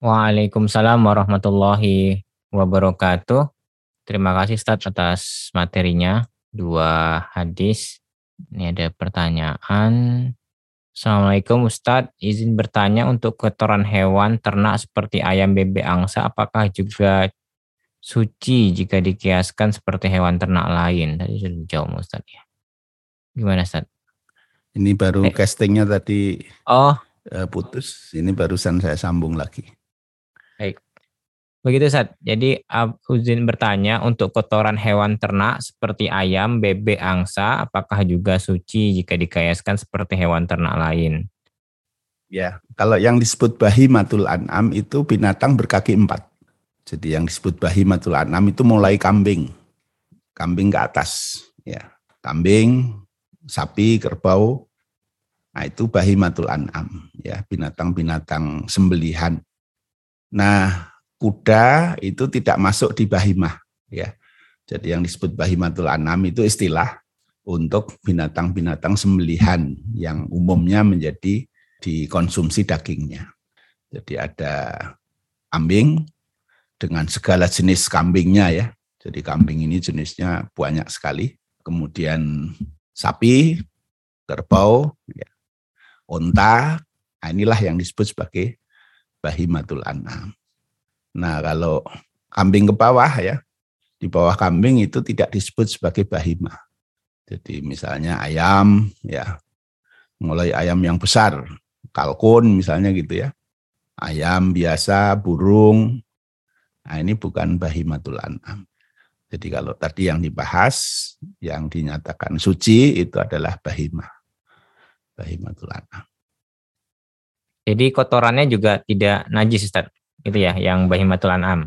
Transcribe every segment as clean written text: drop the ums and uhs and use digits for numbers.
Waalaikumsalam warahmatullahi wabarakatuh. Terima kasih Ustadz atas materinya. Dua hadis. Ini ada pertanyaan. Assalamualaikum Ustadz, izin bertanya untuk kotoran hewan ternak seperti ayam, bebek, angsa, apakah juga suci jika dikiaskan seperti hewan ternak lain? Tadi sudah dijawab Ustadz ya. Gimana Ustadz? Ini baru castingnya tadi Oh, putus, ini barusan saya sambung lagi. baik. Begitu Ustadz. Jadi izin bertanya untuk kotoran hewan ternak seperti ayam, bebek, angsa, apakah juga suci jika dikayaskan seperti hewan ternak lain? Ya, kalau yang disebut bahimatul an'am itu binatang berkaki 4. Jadi yang disebut bahimatul an'am itu mulai kambing ke atas. Ya, kambing, sapi, kerbau, nah itu bahimatul an'am. Ya, binatang-binatang sembelihan. Nah, kuda itu tidak masuk di bahimah. Ya, jadi yang disebut bahimatul an'am itu istilah untuk binatang-binatang sembelihan yang umumnya menjadi dikonsumsi dagingnya. Jadi ada kambing dengan segala jenis kambingnya ya. Jadi kambing ini jenisnya banyak sekali. Kemudian sapi, kerbau, ya, unta, nah inilah yang disebut sebagai bahimatul an'am. Nah kalau kambing ke bawah ya, di bawah kambing itu tidak disebut sebagai bahimah. Jadi misalnya ayam, ya mulai ayam yang besar, kalkun misalnya gitu ya, ayam biasa, burung, nah ini bukan bahimatul an'am. Jadi kalau tadi yang dibahas, yang dinyatakan suci itu adalah bahimah, bahimatul an'am. Jadi kotorannya juga tidak najis Ustaz. Itu ya yang bahimatul an'am.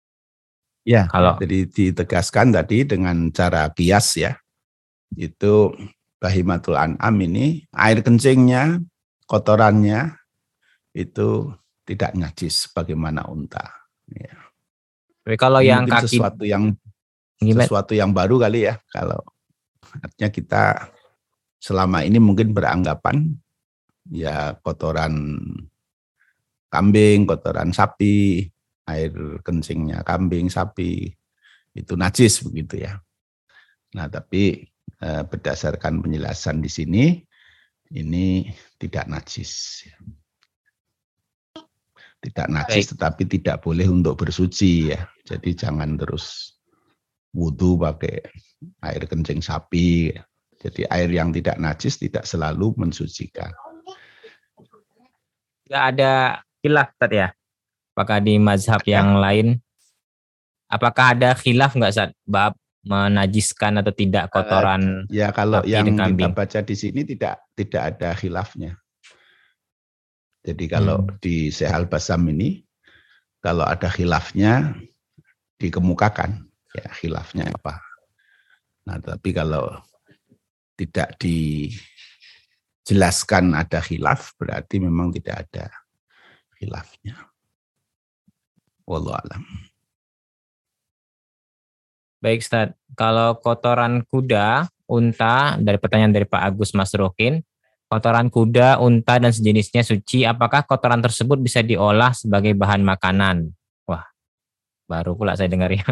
Ya, Kalau jadi ditegaskan tadi dengan cara kias ya, itu bahimatul an'am ini air kencingnya, kotorannya itu tidak najis bagaimana unta. Ya. tapi kalau Ini yang mungkin kaki gimana? sesuatu yang baru kali ya, kalau artinya kita selama ini mungkin beranggapan ya kotoran kambing, kotoran sapi, air kencingnya kambing, sapi itu najis begitu ya. Nah, tapi berdasarkan penjelasan di sini ini tidak najis. Tidak najis Baik. tetapi tidak boleh untuk bersuci ya. Jadi jangan terus wudhu pakai air kencing sapi. Jadi air yang tidak najis tidak selalu mensucikan. Tidak ada khilaf Ustaz ya. Apakah di mazhab Ya, yang lain, apakah ada khilaf nggak Ustaz bab menajiskan atau tidak kotoran ya kalau sapi dan yang kita kambing? baca di sini tidak ada khilafnya. Jadi kalau di Sehal Basam ini kalau ada khilafnya dikemukakan ya khilafnya apa. Nah, tapi kalau tidak dijelaskan ada khilaf berarti memang tidak ada khilafnya. Wallahu a'lam. Baik Ustaz, kalau kotoran kuda, unta, dari pertanyaan dari Pak Agus Masrukin, kotoran kuda, unta, dan sejenisnya suci, apakah kotoran tersebut bisa diolah sebagai bahan makanan? Wah, baru pula saya dengar ya.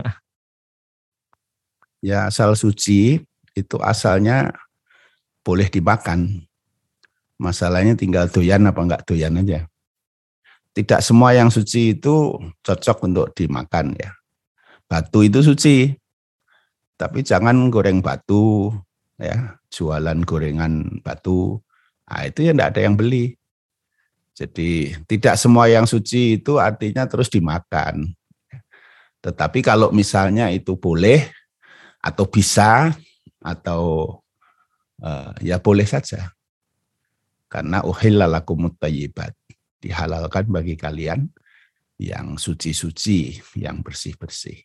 Ya asal suci itu asalnya boleh dimakan. Masalahnya tinggal doyan apa enggak doyan aja. Tidak semua yang suci itu cocok untuk dimakan ya. Batu itu suci, tapi jangan goreng batu ya, jualan gorengan batu. Nah, itu ya enggak ada yang beli. Jadi tidak semua yang suci itu artinya terus dimakan. Tetapi kalau misalnya itu boleh atau bisa atau ya boleh saja. Karena uhilla lakumut thayyibat. Dihalalkan bagi kalian yang suci-suci, yang bersih-bersih.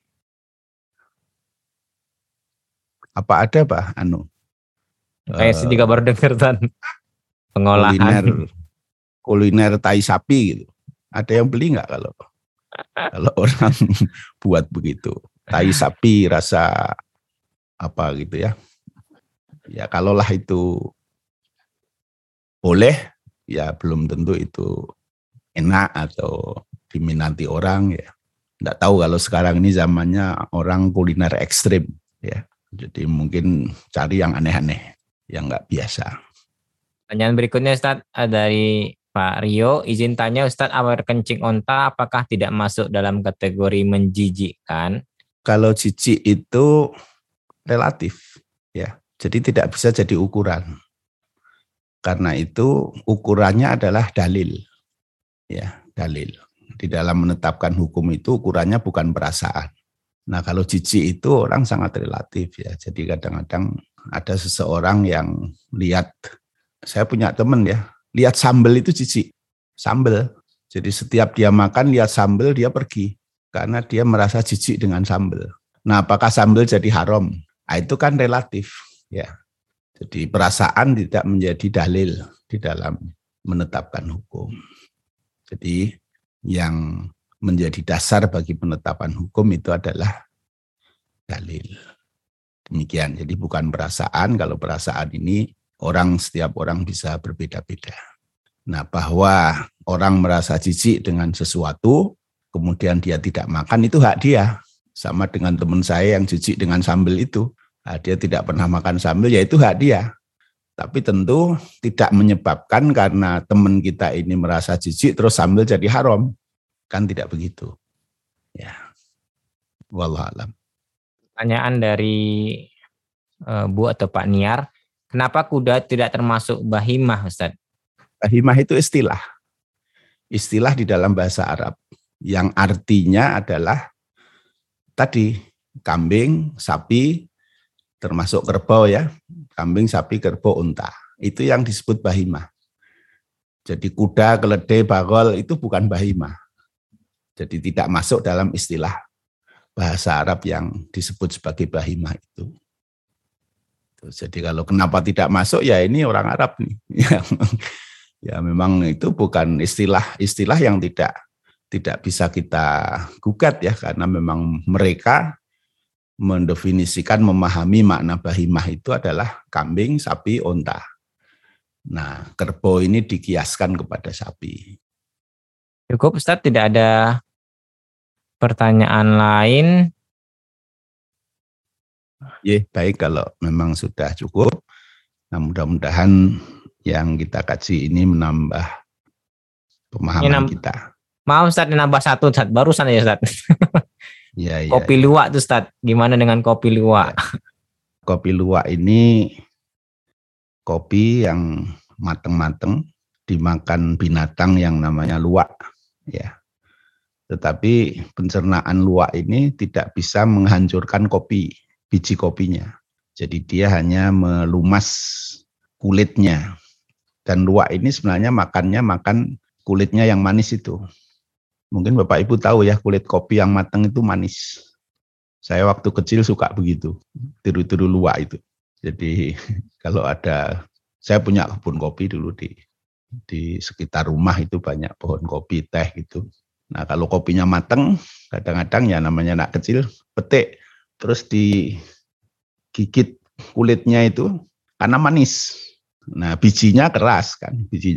Apa ada Pak Kayak saya juga baru dengar Tan, pengolahan. kuliner tai sapi gitu. Ada yang beli nggak kalau orang buat begitu? Tai sapi rasa apa gitu ya? Ya kalaulah itu boleh, ya belum tentu itu enak atau diminati orang ya. Nggak tahu kalau sekarang ini zamannya orang kuliner ekstrim ya. Jadi mungkin cari yang aneh-aneh, yang nggak biasa. Pertanyaan berikutnya Ustadz dari Pak Rio, izin tanya Ustadz, air kencing onta apakah tidak masuk dalam kategori menjijikkan? Kalau jijik itu relatif ya. Jadi tidak bisa jadi ukuran. Karena itu ukurannya adalah dalil. Ya, dalil. Di dalam menetapkan hukum itu ukurannya bukan perasaan. Nah, kalau jijik itu orang sangat relatif ya. Jadi kadang-kadang ada seseorang yang lihat, saya punya teman ya, lihat sambal itu jijik. Sambal. Jadi setiap dia makan lihat sambal dia pergi karena dia merasa jijik dengan sambal. Nah, apakah sambal jadi haram? Nah, itu kan relatif ya. Jadi perasaan tidak menjadi dalil di dalam menetapkan hukum. Jadi yang menjadi dasar bagi penetapan hukum itu adalah dalil. Demikian, jadi bukan perasaan. Kalau perasaan ini setiap orang bisa berbeda-beda. Nah, bahwa orang merasa jijik dengan sesuatu, kemudian dia tidak makan, itu hak dia. Sama dengan teman saya yang jijik dengan sambal itu. Nah, dia tidak pernah makan sambal, ya itu hak dia. Tapi tentu tidak menyebabkan karena teman kita ini merasa jijik terus sambal jadi haram. Kan tidak begitu. Ya. Wallahualam. Pertanyaan dari Bu atau Pak Niar, kenapa kuda tidak termasuk bahimah Ustadz? Bahimah itu istilah. Istilah di dalam bahasa Arab. Yang artinya adalah tadi kambing, sapi, termasuk kerbau ya. Kambing, sapi, kerbau, unta. Itu yang disebut bahimah. Jadi kuda, keledai, bagol itu bukan bahimah. Jadi tidak masuk dalam istilah bahasa Arab yang disebut sebagai bahimah itu. Jadi kalau kenapa tidak masuk ya ini orang Arab nih. Ya memang itu bukan istilah yang tidak bisa kita gugat ya karena memang mereka mendefinisikan memahami makna bahimah itu adalah kambing, sapi, unta. Nah, kerbau ini dikiaskan kepada sapi. Cukup Ustadz, tidak ada pertanyaan lain. Ya, baik kalau memang sudah cukup. Nah, mudah-mudahan yang kita kaji ini menambah pemahaman kita. Maaf Ustadz, nambah satu Ustadz, barusan ya Ustadz. Ya, kopi luwak tuh Ustadz, gimana dengan kopi luwak? Ya. Kopi luwak ini kopi yang mateng-mateng dimakan binatang yang namanya luwak. Ya. Tetapi pencernaan luwak ini tidak bisa menghancurkan biji kopinya. Jadi dia hanya melumas kulitnya. Dan luwak ini sebenarnya makan kulitnya yang manis itu. Mungkin Bapak Ibu tahu ya kulit kopi yang matang itu manis. Saya waktu kecil suka begitu, tiru-tiru luwak itu. Jadi kalau saya punya kebun kopi dulu di sekitar rumah itu banyak pohon kopi, teh gitu. Nah kalau kopinya matang, kadang-kadang ya namanya anak kecil, petik, terus digigit kulitnya itu karena manis. Nah bijinya keras kan,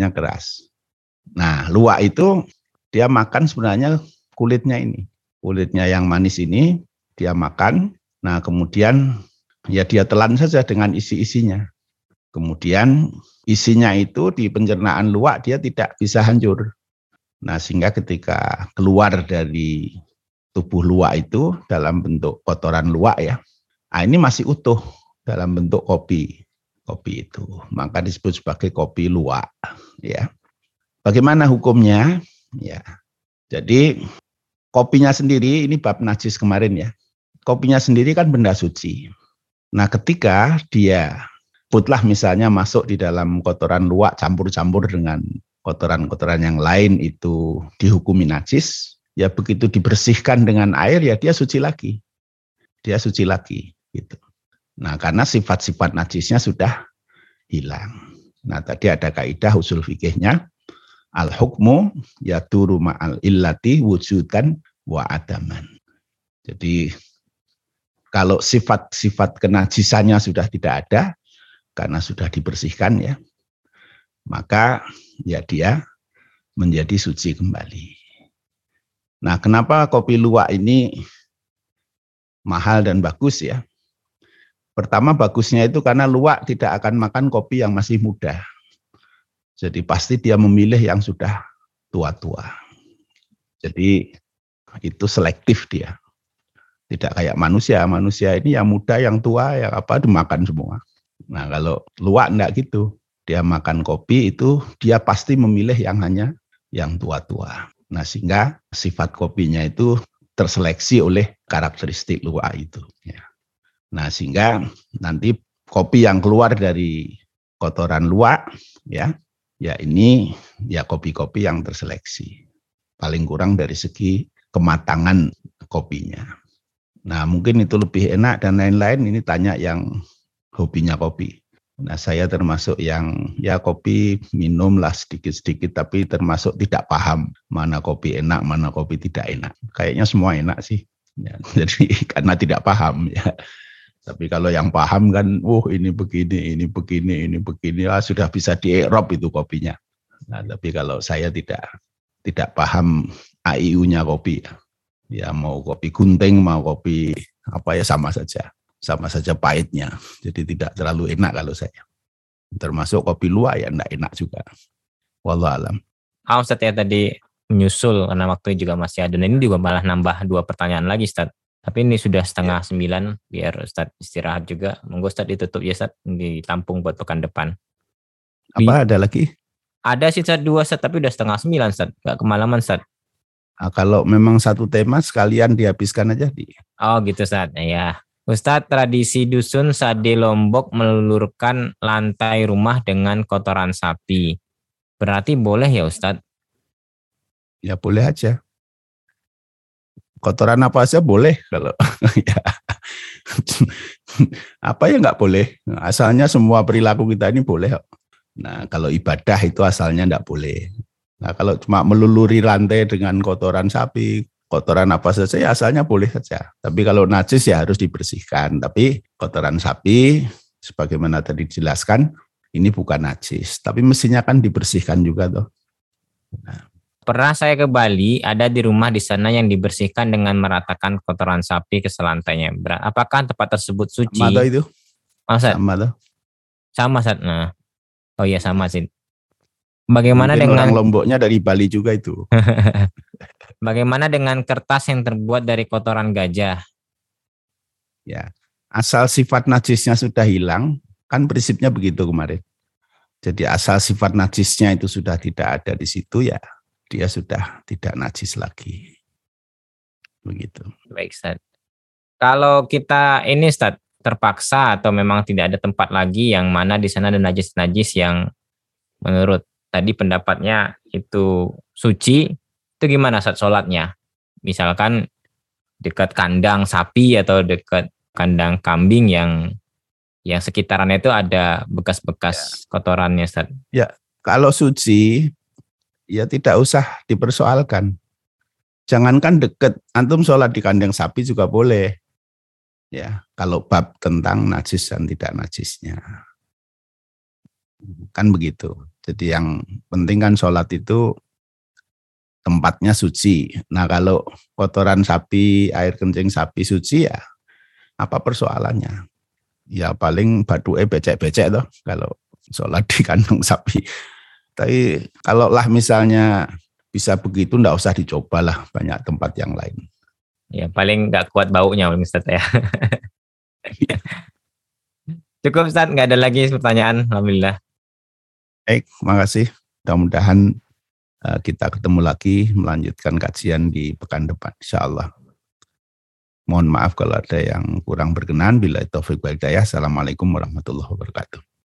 Nah luwak itu dia makan sebenarnya kulitnya ini. Kulitnya yang manis ini dia makan, nah kemudian ya dia telan saja dengan isi-isinya. Kemudian isinya itu di pencernaan luwak dia tidak bisa hancur. Nah sehingga ketika keluar dari tubuh luwak itu dalam bentuk kotoran luwak ya, nah ini masih utuh dalam bentuk kopi itu. Maka disebut sebagai kopi luwak ya. Bagaimana hukumnya? Ya, jadi kopinya sendiri ini bab najis kemarin ya. Kopinya sendiri kan benda suci. Nah, ketika dia putlah misalnya masuk di dalam kotoran luwak campur-campur dengan kotoran-kotoran yang lain itu dihukumi najis. Ya begitu dibersihkan dengan air ya dia suci lagi. Gitu. Nah, karena sifat-sifat najisnya sudah hilang. Nah, tadi ada kaidah usul fikihnya. Al-hukmu yaduru ma'al illati wujudan wa adaman. Jadi kalau sifat-sifat kenajisannya sudah tidak ada karena sudah dibersihkan ya, maka ya dia menjadi suci kembali. Nah, kenapa kopi luwak ini mahal dan bagus ya? Pertama bagusnya itu karena luwak tidak akan makan kopi yang masih muda. Jadi pasti dia memilih yang sudah tua-tua. Jadi itu selektif dia. Tidak kayak manusia. Manusia ini yang muda, yang tua, yang apa dimakan semua. Nah, kalau luwak enggak gitu. Dia makan kopi itu dia pasti memilih yang hanya yang tua-tua. Nah, sehingga sifat kopinya itu terseleksi oleh karakteristik luwak itu. Ya. Nah, sehingga nanti kopi yang keluar dari kotoran luwak, ya ini ya kopi-kopi yang terseleksi. Paling kurang dari segi kematangan kopinya. Nah, mungkin itu lebih enak dan lain-lain. Ini tanya yang hobinya kopi. Nah, saya termasuk yang ya kopi minum lah sedikit-sedikit, tapi termasuk tidak paham mana kopi enak, mana kopi tidak enak. Kayaknya semua enak sih. Ya, jadi karena tidak paham ya. Tapi kalau yang paham kan, ini begini, ini begini, ini begini, sudah bisa di-i'rab itu kopinya. Nah, tapi kalau saya tidak paham AIU-nya kopi, ya mau kopi gunting, mau kopi apa ya sama saja pahitnya. Jadi tidak terlalu enak kalau saya. Termasuk kopi luwak ya enggak enak juga. Wallahualam. Ustaz ya tadi menyusul karena waktu juga masih ada. Dan ini juga malah nambah 2 pertanyaan lagi Ustaz. Tapi ini sudah 8:30 biar Ustaz istirahat juga. Monggo Ustaz ditutup ya Ustaz, ditampung buat pekan depan. Apa ada lagi? Ada sih Ustaz 2 Ustaz, tapi udah 8:30 Ustaz. Enggak kemalaman Ustaz. Nah, kalau memang satu tema sekalian dihabiskan aja Oh gitu Ustaz. Ya. Ustaz, tradisi dusun Sade Lombok melulurkan lantai rumah dengan kotoran sapi. Berarti boleh ya Ustaz? Ya boleh aja. Kotoran apa aja boleh kalau ya. Apa ya nggak boleh. Asalnya semua perilaku kita ini boleh. Nah, kalau ibadah itu asalnya nggak boleh. Nah, kalau cuma meluluri lantai dengan kotoran sapi, kotoran apa saja ya asalnya boleh saja. Tapi kalau najis ya harus dibersihkan. Tapi kotoran sapi, sebagaimana tadi dijelaskan, ini bukan najis. Tapi mestinya kan dibersihkan juga toh. Nah. Pernah saya ke Bali, ada di rumah di sana yang dibersihkan dengan meratakan kotoran sapi ke selantainya. Apakah tempat tersebut suci? Sama itu? Sama tuh. Sama Sat. Nah. Oh iya sama sih. Bagaimana mungkin dengan orang Lomboknya dari Bali juga itu? Bagaimana dengan kertas yang terbuat dari kotoran gajah? Ya, asal sifat najisnya sudah hilang, kan prinsipnya begitu kemarin. Jadi asal sifat najisnya itu sudah tidak ada di situ ya, dia sudah tidak najis lagi. Begitu. Baik, Ustaz. Kalau kita ini Ustaz, terpaksa atau memang tidak ada tempat lagi yang mana di sana ada najis-najis yang menurut tadi pendapatnya itu suci, itu gimana Ustaz sholatnya? Misalkan dekat kandang sapi atau dekat kandang kambing yang sekitarannya itu ada bekas-bekas kotorannya Ustaz. Ya, kalau suci ya tidak usah dipersoalkan. Jangankan dekat, antum sholat di kandang sapi juga boleh. Ya, kalau bab tentang najis dan tidak najisnya. Kan begitu. Jadi yang penting kan sholat itu tempatnya suci. Nah, kalau kotoran sapi, air kencing sapi suci ya apa persoalannya? Ya paling baduke becek-becek toh kalau sholat di kandang sapi. Tapi kalau lah misalnya bisa begitu enggak usah dicobalah, banyak tempat yang lain. Ya paling enggak kuat baunya Ustaz ya. Cukup Ustaz, enggak ada lagi pertanyaan. Alhamdulillah. Baik, makasih. Mudah-mudahan kita ketemu lagi melanjutkan kajian di pekan depan insyaallah. Mohon maaf kalau ada yang kurang berkenan. Billahi taufiq wal hidayah. Assalamualaikum warahmatullahi wabarakatuh.